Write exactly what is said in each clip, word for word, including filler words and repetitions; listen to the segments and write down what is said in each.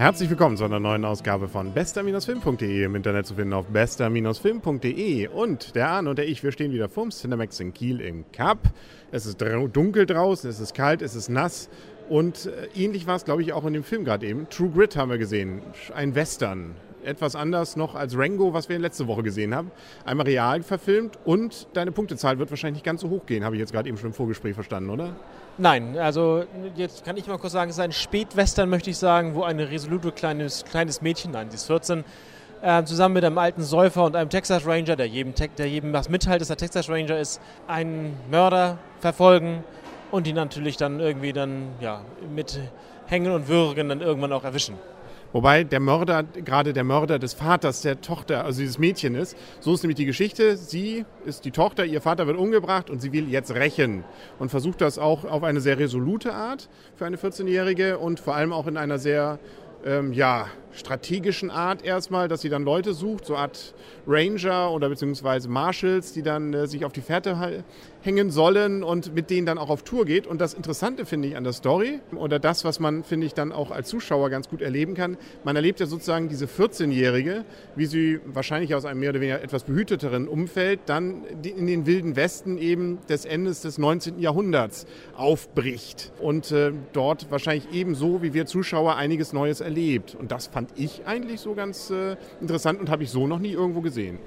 Herzlich willkommen zu einer neuen Ausgabe von bester Film punkt de, im Internet zu finden auf bester Film punkt de. Und der Arne und der ich, wir stehen wieder vorm Cinemax in Kiel im Cup. Es ist dunkel draußen, es ist kalt, es ist nass. Und ähnlich war es, glaube ich, auch in dem Film gerade eben. True Grit haben wir gesehen, ein Western. Etwas anders noch als Rango, was wir letzte Woche gesehen haben. Einmal real verfilmt und deine Punktezahl wird wahrscheinlich nicht ganz so hoch gehen, habe ich jetzt gerade eben schon im Vorgespräch verstanden, oder? Nein, also jetzt kann ich mal kurz sagen, es ist ein Spätwestern, möchte ich sagen, wo eine resolute kleines, kleines Mädchen, nein, sie ist vierzehn, äh, zusammen mit einem alten Säufer und einem Texas Ranger, der jedem, der jedem was mitteilt, dass er Texas Ranger ist, einen Mörder verfolgen und ihn natürlich dann irgendwie dann, ja, mit Hängen und Würgen dann irgendwann auch erwischen. Wobei der Mörder, gerade der Mörder des Vaters der Tochter, also dieses Mädchen ist. So ist nämlich die Geschichte. Sie ist die Tochter, ihr Vater wird umgebracht und sie will jetzt rächen. Und versucht das auch auf eine sehr resolute Art für eine vierzehnjährige und vor allem auch in einer sehr ähm, ja, strategischen Art erstmal, dass sie dann Leute sucht, so eine Art Ranger oder beziehungsweise Marshals, die dann äh, sich auf die Fährte ha- hängen sollen und mit denen dann auch auf Tour geht. Und das Interessante finde ich an der Story oder das, was man, finde ich, dann auch als Zuschauer ganz gut erleben kann, man erlebt ja sozusagen diese vierzehnjährige, wie sie wahrscheinlich aus einem mehr oder weniger etwas behüteteren Umfeld dann in den wilden Westen eben des Endes des neunzehnten Jahrhunderts aufbricht und äh, dort wahrscheinlich ebenso wie wir Zuschauer einiges Neues erlebt. Und das fand ich eigentlich so ganz äh, interessant und habe ich so noch nie irgendwo gesehen.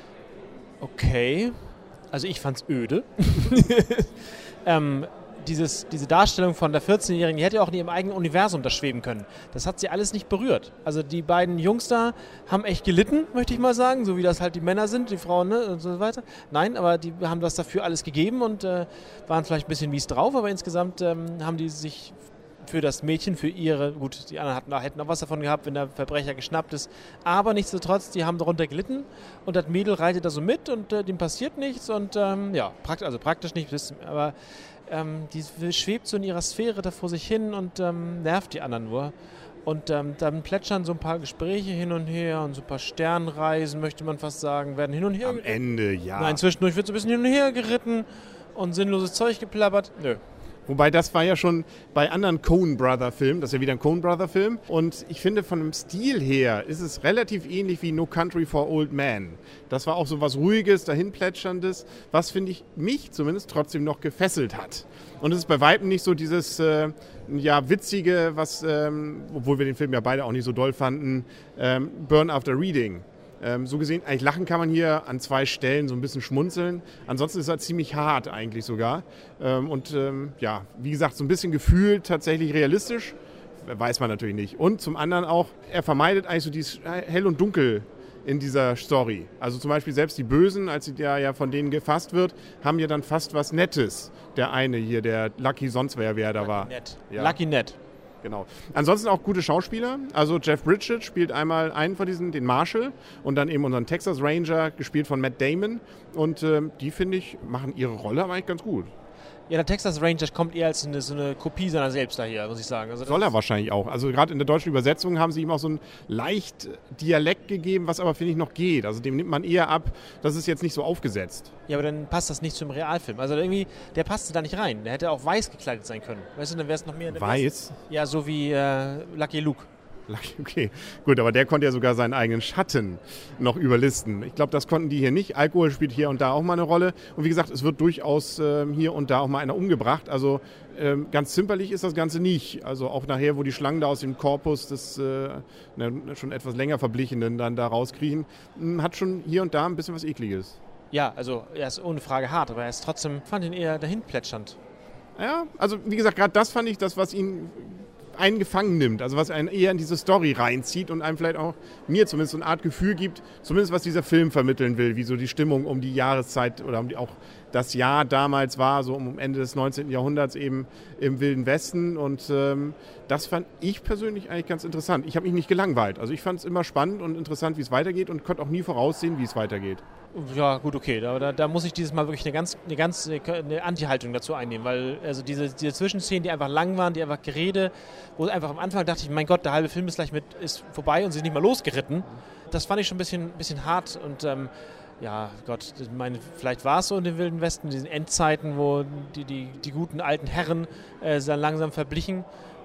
Okay, also ich fand's öde. ähm, dieses, diese Darstellung von der vierzehnjährigen, die hätte ja auch in ihrem eigenen Universum da schweben können. Das hat sie alles nicht berührt. Also die beiden Jungs da haben echt gelitten, möchte ich mal sagen, so wie das halt die Männer sind, die Frauen, ne, und so weiter. Nein, aber die haben das dafür alles gegeben und äh, waren vielleicht ein bisschen mies drauf, aber insgesamt ähm, haben die sich für das Mädchen, für ihre, gut, die anderen hatten, hätten auch was davon gehabt, wenn der Verbrecher geschnappt ist, aber nichtsdestotrotz, die haben darunter gelitten und das Mädel reitet da so mit und äh, dem passiert nichts und ähm, ja, prakt, also praktisch nicht, aber ähm, die schwebt so in ihrer Sphäre da vor sich hin und ähm, nervt die anderen nur. Und ähm, dann plätschern so ein paar Gespräche hin und her und so ein paar Sternreisen, möchte man fast sagen, werden hin und her. Am Ende, ja. Nein, zwischendurch wird so ein bisschen hin und her geritten und sinnloses Zeug geplappert. Nö. Wobei das war ja schon bei anderen Coen-Brother-Filmen, das ist ja wieder ein Coen-Brother-Film. Und ich finde, von dem Stil her ist es relativ ähnlich wie No Country for Old Men. Das war auch so was Ruhiges, dahinplätscherndes, was, finde ich, mich zumindest trotzdem noch gefesselt hat. Und es ist bei Weitem nicht so dieses äh, ja, witzige, was, ähm, obwohl wir den Film ja beide auch nicht so doll fanden, ähm, Burn After Reading. Ähm, so gesehen, eigentlich lachen kann man hier an zwei Stellen, so ein bisschen schmunzeln. Ansonsten ist er ziemlich hart eigentlich sogar. Ähm, und ähm, ja, wie gesagt, so ein bisschen gefühlt tatsächlich realistisch, weiß man natürlich nicht. Und zum anderen auch, er vermeidet eigentlich so dieses Hell und Dunkel in dieser Story. Also zum Beispiel selbst die Bösen, als sie ja, ja von denen gefasst wird, haben ja dann fast was Nettes. Der eine hier, der Lucky sonst wer, wer da Lucky war. Nett. Ja. Lucky Nett. Genau. Ansonsten auch gute Schauspieler. Also Jeff Bridges spielt einmal einen von diesen, den Marshall, und dann eben unseren Texas Ranger, gespielt von Matt Damon. Und ähm, die, finde ich, machen ihre Rolle aber eigentlich ganz gut. Ja, der Texas Ranger kommt eher als eine, so eine Kopie seiner selbst daher, muss ich sagen. Also Soll er wahrscheinlich auch. Also gerade in der deutschen Übersetzung haben sie ihm auch so einen leicht Dialekt gegeben, was aber, finde ich, noch geht. Also dem nimmt man eher ab, das ist jetzt nicht so aufgesetzt. Ja, aber dann passt das nicht zum Realfilm. Also irgendwie, der passte da nicht rein. Der hätte auch weiß gekleidet sein können. Weißt du, dann wäre es noch mehr... Weiß? Ja, so wie äh, Lucky Luke. Okay, gut, aber der konnte ja sogar seinen eigenen Schatten noch überlisten. Ich glaube, das konnten die hier nicht. Alkohol spielt hier und da auch mal eine Rolle. Und wie gesagt, es wird durchaus ähm, hier und da auch mal einer umgebracht. Also ähm, ganz zimperlich ist das Ganze nicht. Also auch nachher, wo die Schlangen da aus dem Korpus des äh, ne, schon etwas länger Verblichenen dann da rauskriechen, mh, hat schon hier und da ein bisschen was Ekliges. Ja, also er ist ohne Frage hart, aber er ist trotzdem, fand ihn eher dahin plätschernd. Ja, also wie gesagt, gerade das fand ich das, was ihn einen gefangen nimmt, also was einen eher in diese Story reinzieht und einem vielleicht auch, mir zumindest, so eine Art Gefühl gibt, zumindest was dieser Film vermitteln will, wie so die Stimmung um die Jahreszeit oder um die, auch das Jahr damals war, so um Ende des neunzehnten Jahrhunderts eben im Wilden Westen, und ähm, das fand ich persönlich eigentlich ganz interessant. Ich habe mich nicht gelangweilt, also ich fand es immer spannend und interessant, wie es weitergeht, und konnte auch nie voraussehen, wie es weitergeht. Ja, gut, okay. Da, da, da muss ich dieses Mal wirklich eine ganz, eine ganz eine Anti-Haltung dazu einnehmen, weil also diese, diese Zwischenszenen, die einfach lang waren, die einfach Gerede, wo einfach am Anfang dachte ich, mein Gott, der halbe Film ist gleich mit, ist vorbei und sie sind nicht mal losgeritten. Das fand ich schon ein bisschen, bisschen hart und ähm, ja, Gott, ich meine, vielleicht war es so in den Wilden Westen, in diesen Endzeiten, wo die, die, die guten alten Herren äh, dann langsam verblichen.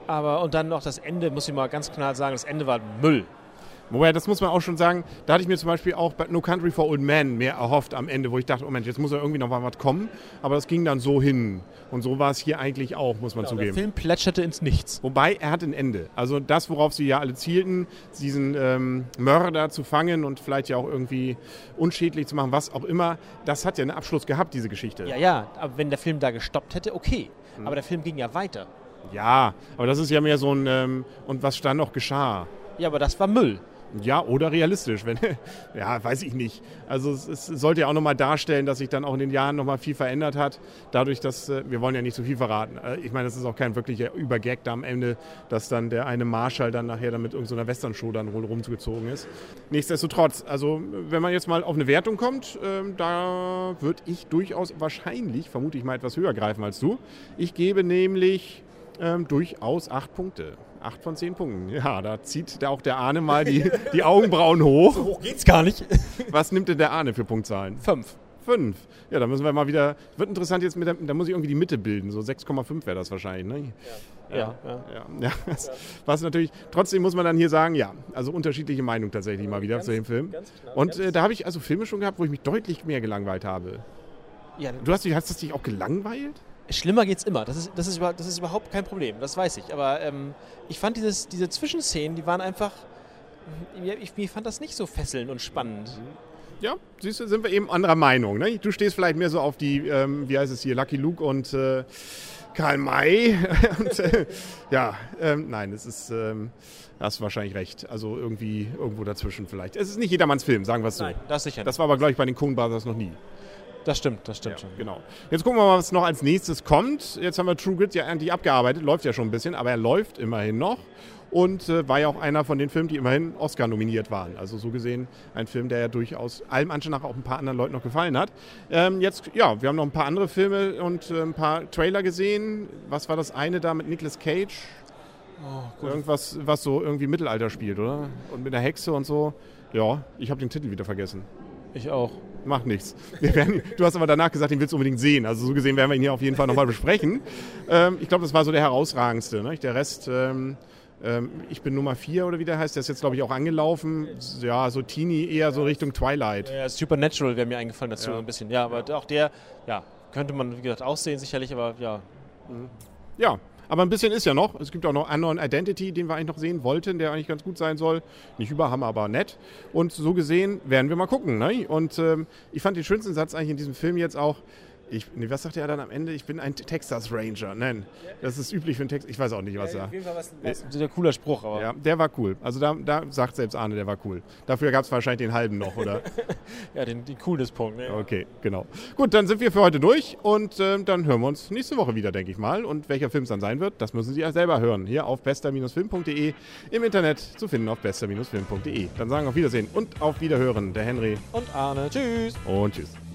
Aber und dann noch das Ende, muss ich mal ganz klar sagen, das Ende war Müll. Wobei, das muss man auch schon sagen, da hatte ich mir zum Beispiel auch bei No Country for Old Men mehr erhofft am Ende, wo ich dachte, oh Mensch, jetzt muss ja irgendwie noch mal was kommen. Aber das ging dann so hin. Und so war es hier eigentlich auch, muss man Genau, zugeben. der Film plätscherte ins Nichts. Wobei, er hat ein Ende. Also das, worauf sie ja alle zielten, diesen ähm, Mörder zu fangen und vielleicht ja auch irgendwie unschädlich zu machen, was auch immer, das hat ja einen Abschluss gehabt, diese Geschichte. Ja, ja, aber wenn der Film da gestoppt hätte, okay. Mhm. Aber der Film ging ja weiter. Ja, aber das ist ja mehr so ein, ähm, und was dann noch geschah. Ja, aber das war Müll. Ja, oder realistisch, wenn, ja, weiß ich nicht. Also es, es sollte ja auch nochmal darstellen, dass sich dann auch in den Jahren nochmal viel verändert hat. Dadurch, dass, äh, wir wollen ja nicht zu viel verraten. Äh, ich meine, das ist auch kein wirklicher Übergag da am Ende, dass dann der eine Marshall dann nachher dann mit irgendeiner Western-Show dann wohl rumgezogen ist. Nichtsdestotrotz, also wenn man jetzt mal auf eine Wertung kommt, ähm, da würde ich durchaus wahrscheinlich, vermute ich mal, etwas höher greifen als du. Ich gebe nämlich ähm, durchaus acht Punkte. Acht von zehn Punkten. Ja, da zieht der auch der Arne mal die, die Augenbrauen hoch. So hoch geht's gar nicht. Was nimmt denn der Arne für Punktzahlen? Fünf. Fünf. Ja, da müssen wir mal wieder, wird interessant jetzt mit der, da muss ich irgendwie die Mitte bilden. So sechs Komma fünf wäre das wahrscheinlich, ne? Ja. Ja, ja. ja, ja. Das, was natürlich, trotzdem muss man dann hier sagen, ja, also unterschiedliche Meinungen tatsächlich mal wieder ganz, zu dem Film. Ganz klar, Und ganz äh, da habe ich also Filme schon gehabt, wo ich mich deutlich mehr gelangweilt habe. Ja, Du hast dich, hast das dich auch gelangweilt? schlimmer geht's immer. Das ist, das ist, über, das ist überhaupt kein Problem. Das weiß ich. Aber ähm, ich fand dieses, diese Zwischenszenen, die waren einfach. Ich, ich fand das nicht so fesselnd und spannend. Ja, siehst du, sind wir eben anderer Meinung. Ne? Du stehst vielleicht mehr so auf die, ähm, wie heißt es hier, Lucky Luke und äh, Karl May. und, äh, ja, ähm, nein, es ist, ähm, hast wahrscheinlich recht. Also irgendwie irgendwo dazwischen vielleicht. Es ist nicht jedermanns Film, sagen wir es so. Nein, das sicher nicht. Das war aber, glaube ich, bei den Coen Brothers noch nie. Das stimmt, das stimmt Ja, schon. genau. Jetzt gucken wir mal, was noch als nächstes kommt. Jetzt haben wir True Grit ja eigentlich abgearbeitet, läuft ja schon ein bisschen, aber er läuft immerhin noch und äh, war ja auch einer von den Filmen, die immerhin Oscar nominiert waren. Also so gesehen ein Film, der ja durchaus allem Anschein nach auch ein paar anderen Leuten noch gefallen hat. Ähm, jetzt, ja, wir haben noch ein paar andere Filme und äh, ein paar Trailer gesehen. Was war das eine da mit Nicolas Cage? Oh, Irgendwas, was so irgendwie Mittelalter spielt, oder? Und mit der Hexe und so. Ja, ich habe den Titel wieder vergessen. Ich auch. Macht nichts. Wir werden, du hast aber danach gesagt, den willst du unbedingt sehen. Also so gesehen werden wir ihn hier auf jeden Fall nochmal besprechen. Ähm, ich glaube, das war so der herausragendste. Ne? Der Rest, ähm, ähm, ich bin Nummer vier oder wie der heißt, der ist jetzt, glaube ich, auch angelaufen. Ja, so Teenie, eher so Richtung Twilight. Ja, Supernatural wäre mir eingefallen dazu Ja. ein bisschen. Ja, aber auch der, ja, könnte man, wie gesagt, auch sehen sicherlich, aber ja. Ja, aber ein bisschen ist ja noch. Es gibt auch noch Unknown Identity, den wir eigentlich noch sehen wollten, der eigentlich ganz gut sein soll. Nicht Überhammer, aber nett. Und so gesehen werden wir mal gucken. Ne? Und ähm, ich fand den schönsten Satz eigentlich in diesem Film jetzt auch, ich, nee, was sagt er dann am Ende? Ich bin ein Texas Ranger. Nein, das ist üblich für einen Text. Ich weiß auch nicht, was er... Auf jeden Fall was, was ein cooler Spruch, aber... Ja, der war cool. Also da, da sagt selbst Arne, der war cool. Dafür gab es wahrscheinlich den halben noch, oder? ja, den, den Coolness-Punkt. Ne? Okay, genau. Gut, dann sind wir für heute durch und ähm, dann hören wir uns nächste Woche wieder, denke ich mal. Und welcher Film es dann sein wird, das müssen Sie ja selber hören. Hier auf bester Film punkt de, im Internet zu finden auf bester Film punkt de. Dann sagen wir auf Wiedersehen und auf Wiederhören, der Henry Und Arne. Tschüss. und tschüss.